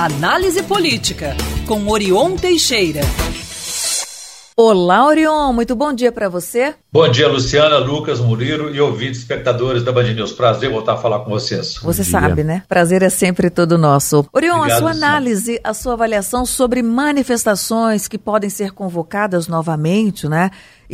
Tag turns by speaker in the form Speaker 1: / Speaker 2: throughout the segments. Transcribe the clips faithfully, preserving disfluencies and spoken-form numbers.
Speaker 1: Análise Política, com Orion Teixeira.
Speaker 2: Olá, Orion, muito bom dia para você.
Speaker 3: Bom dia, Luciana, Lucas, Murilo e ouvintes espectadores da Band News. Prazer voltar a falar com vocês.
Speaker 2: Você sabe, né? Prazer é sempre todo nosso. Orion,
Speaker 3: Obrigado,
Speaker 2: a sua
Speaker 3: Luciana.
Speaker 2: análise, a sua avaliação sobre manifestações que podem ser convocadas novamente, né?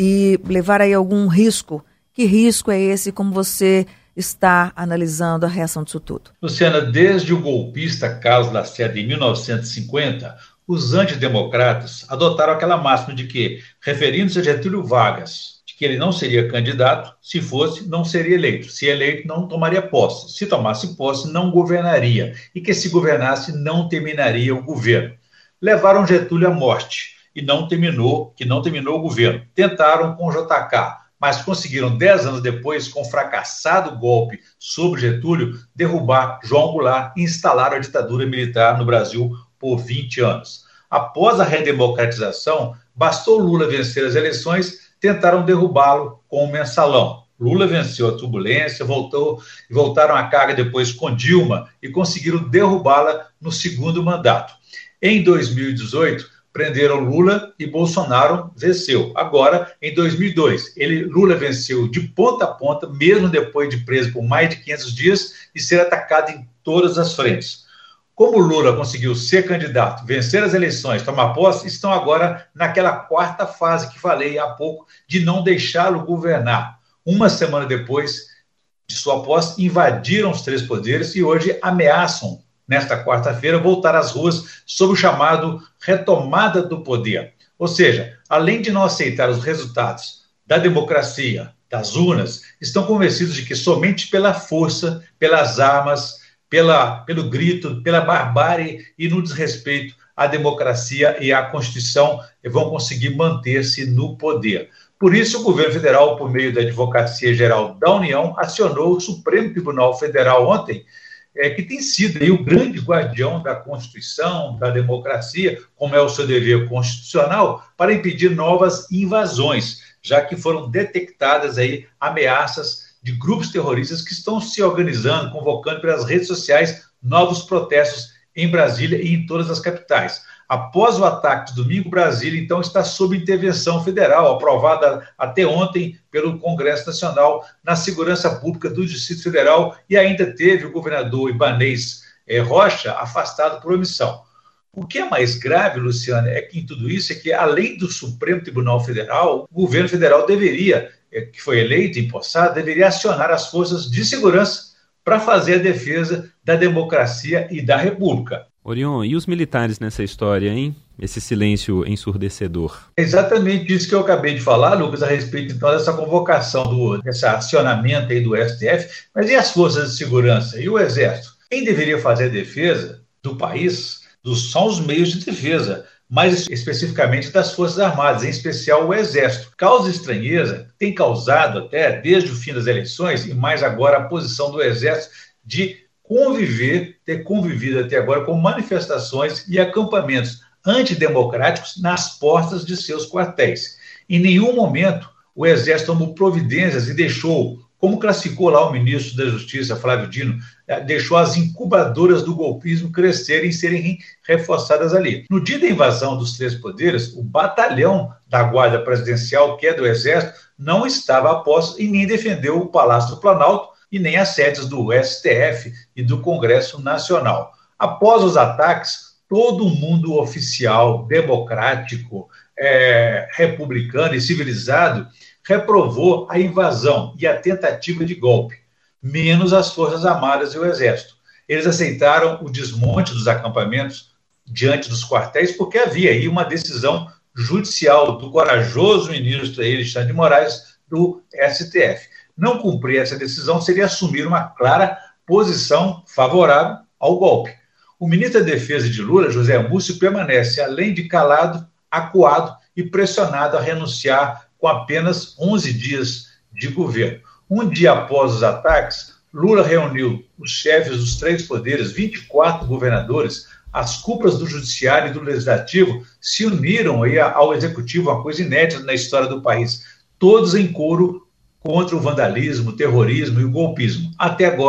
Speaker 2: E levar aí algum risco. Que risco é esse? Como você está analisando a reação disso tudo?
Speaker 3: Luciana, desde o golpista Carlos Lacerda em mil novecentos e cinquenta, os antidemocratas adotaram aquela máxima de que, referindo-se a Getúlio Vargas, de que ele não seria candidato, se fosse, não seria eleito. Se eleito, não tomaria posse. Se tomasse posse, não governaria. E que se governasse, não terminaria o governo. Levaram Getúlio à morte e não terminou, que não terminou o governo. Tentaram com o J K, mas conseguiram, dez anos depois, com o fracassado golpe sobre Getúlio, derrubar João Goulart e instalar a ditadura militar no Brasil por vinte anos. Após a redemocratização, bastou Lula vencer as eleições, tentaram derrubá-lo com o mensalão. Lula venceu a turbulência, voltou, voltaram à carga depois com Dilma e conseguiram derrubá-la no segundo mandato. Em dois mil e dezoito, prenderam Lula e Bolsonaro venceu. Agora, em dois mil e dois, ele, Lula venceu de ponta a ponta, mesmo depois de preso por mais de quinhentos dias e ser atacado em todas as frentes. Como Lula conseguiu ser candidato, vencer as eleições, tomar posse, estão agora naquela quarta fase que falei há pouco, de não deixá-lo governar. Uma semana depois de sua posse, invadiram os três poderes e hoje ameaçam, nesta quarta-feira, voltar às ruas sob o chamado retomada do poder. Ou seja, além de não aceitar os resultados da democracia, das urnas, estão convencidos de que somente pela força, pelas armas, Pela, pelo grito, pela barbárie e no desrespeito à democracia e à Constituição, vão conseguir manter-se no poder. Por isso, o governo federal, por meio da Advocacia Geral da União, acionou o Supremo Tribunal Federal ontem, é, que tem sido aí o grande guardião da Constituição, da democracia, como é o seu dever constitucional, para impedir novas invasões, já que foram detectadas aí ameaças de grupos terroristas que estão se organizando, convocando pelas redes sociais novos protestos em Brasília e em todas as capitais. Após o ataque de domingo, Brasília, então, está sob intervenção federal, aprovada até ontem pelo Congresso Nacional na segurança pública do Distrito Federal, e ainda teve o governador Ibanez eh, Rocha afastado por omissão. O que é mais grave, Luciana, é que em tudo isso é que, além do Supremo Tribunal Federal, o governo federal deveria, que foi eleito, empossado, deveria acionar as forças de segurança para fazer a defesa da democracia e da República.
Speaker 4: Orion, e os militares nessa história, hein? Esse silêncio ensurdecedor.
Speaker 3: É exatamente isso que eu acabei de falar, Lucas, a respeito então dessa convocação, do, desse acionamento aí do S T F, mas e as forças de segurança? E o Exército? Quem deveria fazer a defesa do país dos, são os meios de defesa, mais especificamente das Forças Armadas, em especial o Exército. Causa estranheza, tem causado até desde o fim das eleições, e mais agora a posição do Exército de conviver, ter convivido até agora com manifestações e acampamentos antidemocráticos nas portas de seus quartéis. Em nenhum momento o Exército tomou providências e deixou, como classificou lá o ministro da Justiça, Flávio Dino, deixou as incubadoras do golpismo crescerem e serem reforçadas ali. No dia da invasão dos três poderes, o batalhão da Guarda Presidencial, que é do Exército, não estava a posto e nem defendeu o Palácio do Planalto e nem as sedes do S T F e do Congresso Nacional. Após os ataques, todo o mundo oficial, democrático, é, republicano e civilizado reprovou a invasão e a tentativa de golpe, menos as Forças Armadas e o Exército. Eles aceitaram o desmonte dos acampamentos diante dos quartéis porque havia aí uma decisão judicial do corajoso ministro Alexandre de Moraes do S T F. Não cumprir essa decisão seria assumir uma clara posição favorável ao golpe. O ministro da Defesa de Lula, José Múcio, permanece, além de calado, acuado e pressionado a renunciar com apenas onze dias de governo. Um dia após os ataques, Lula reuniu os chefes dos três poderes, vinte e quatro governadores, as cúpulas do Judiciário e do Legislativo se uniram aí ao Executivo, uma coisa inédita na história do país, todos em coro contra o vandalismo, o terrorismo e o golpismo. Até agora,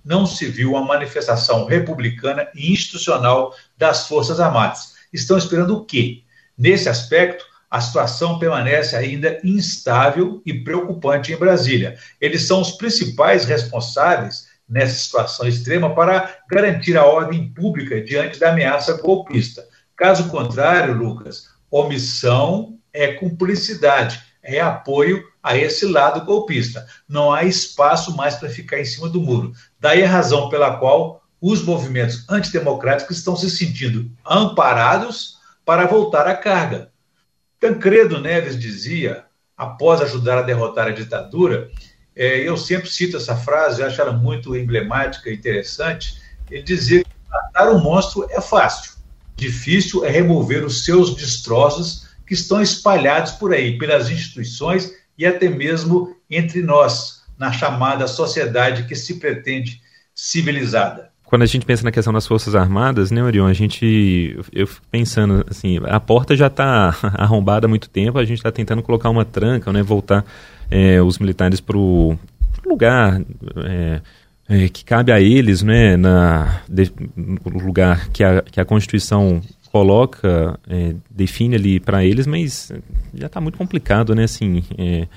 Speaker 3: não se viu uma manifestação republicana e institucional das Forças Armadas. Estão esperando o quê? Nesse aspecto, a situação permanece ainda instável e preocupante em Brasília. Eles são os principais responsáveis nessa situação extrema para garantir a ordem pública diante da ameaça golpista. Caso contrário, Lucas, omissão é cumplicidade, é apoio a esse lado golpista. Não há espaço mais para ficar em cima do muro. Daí a razão pela qual os movimentos antidemocráticos estão se sentindo amparados para voltar à carga. Tancredo Neves dizia, após ajudar a derrotar a ditadura, é, eu sempre cito essa frase, eu acho ela muito emblemática e interessante, ele dizia que matar um monstro é fácil, difícil é remover os seus destroços que estão espalhados por aí, pelas instituições e até mesmo entre nós, na chamada sociedade que se pretende civilizada.
Speaker 4: Quando a gente pensa na questão das Forças Armadas, né, Orion, a gente, eu fico pensando, assim, a porta já está arrombada há muito tempo, a gente está tentando colocar uma tranca, né, voltar é, os militares para o lugar é, é, que cabe a eles, né, na, de, no lugar que a, que a Constituição coloca, é, define ali para eles, mas já está muito complicado, né, assim, é,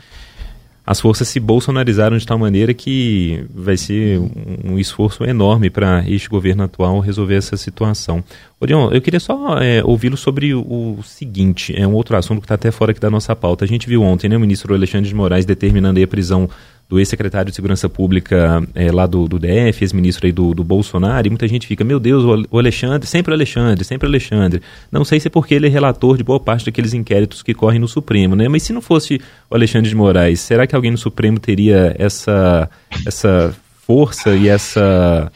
Speaker 4: as forças se bolsonarizaram de tal maneira que vai ser um, um esforço enorme para este governo atual resolver essa situação. Orion, eu queria só é, ouvi-lo sobre o, o seguinte, é um outro assunto que está até fora aqui da nossa pauta. A gente viu ontem, né, o ministro Alexandre de Moraes determinando aí a prisão do ex-secretário de Segurança Pública é, lá do, do D F, ex-ministro aí do, do Bolsonaro, e muita gente fica, meu Deus, o Alexandre, sempre o Alexandre, sempre o Alexandre. Não sei se é porque ele é relator de boa parte daqueles inquéritos que correm no Supremo, né? Mas se não fosse o Alexandre de Moraes, será que alguém no Supremo teria essa, essa força e essa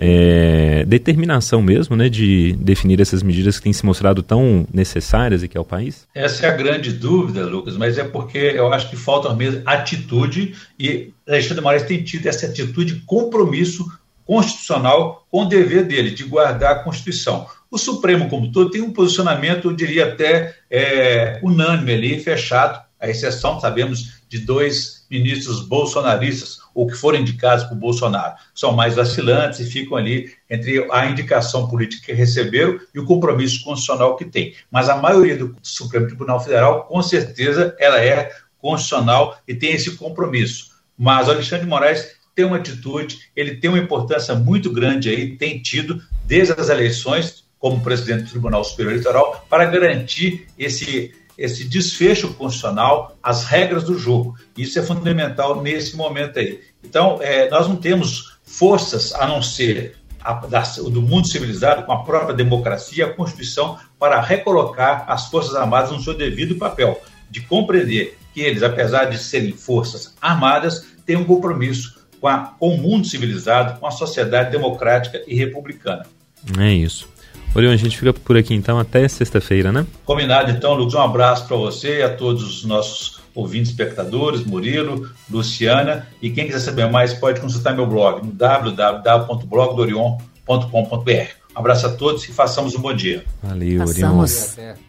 Speaker 4: é, determinação mesmo, né, de definir essas medidas que têm se mostrado tão necessárias aqui ao país?
Speaker 3: Essa é a grande dúvida, Lucas, mas é porque eu acho que falta mesmo atitude, e Alexandre de Moraes tem tido essa atitude de compromisso constitucional com o dever dele, de guardar a Constituição. O Supremo, como todo, tem um posicionamento, eu diria até é, unânime ali, fechado, a exceção, sabemos, de dois ministros bolsonaristas, ou que foram indicados por Bolsonaro. São mais vacilantes e ficam ali entre a indicação política que receberam e o compromisso constitucional que tem. Mas a maioria do Supremo Tribunal Federal, com certeza, ela é constitucional e tem esse compromisso. Mas o Alexandre de Moraes tem uma atitude, ele tem uma importância muito grande aí, tem tido desde as eleições, como presidente do Tribunal Superior Eleitoral, para garantir esse esse desfecho constitucional, as regras do jogo. Isso é fundamental nesse momento aí. Então, é, nós não temos forças, a não ser a, da, do mundo civilizado, com a própria democracia, a Constituição, para recolocar as Forças Armadas no seu devido papel, de compreender que eles, apesar de serem forças armadas, têm um compromisso com, a, com o mundo civilizado, com a sociedade democrática e republicana.
Speaker 4: É isso. Orion, a gente fica por aqui então até sexta-feira, né?
Speaker 3: Combinado então, Lucas, um abraço para você e a todos os nossos ouvintes, espectadores, Murilo, Luciana, e quem quiser saber mais pode consultar meu blog no w w w ponto blog do orion ponto com ponto b r. Um abraço a todos e façamos um bom dia.
Speaker 4: Valeu,
Speaker 2: Orion.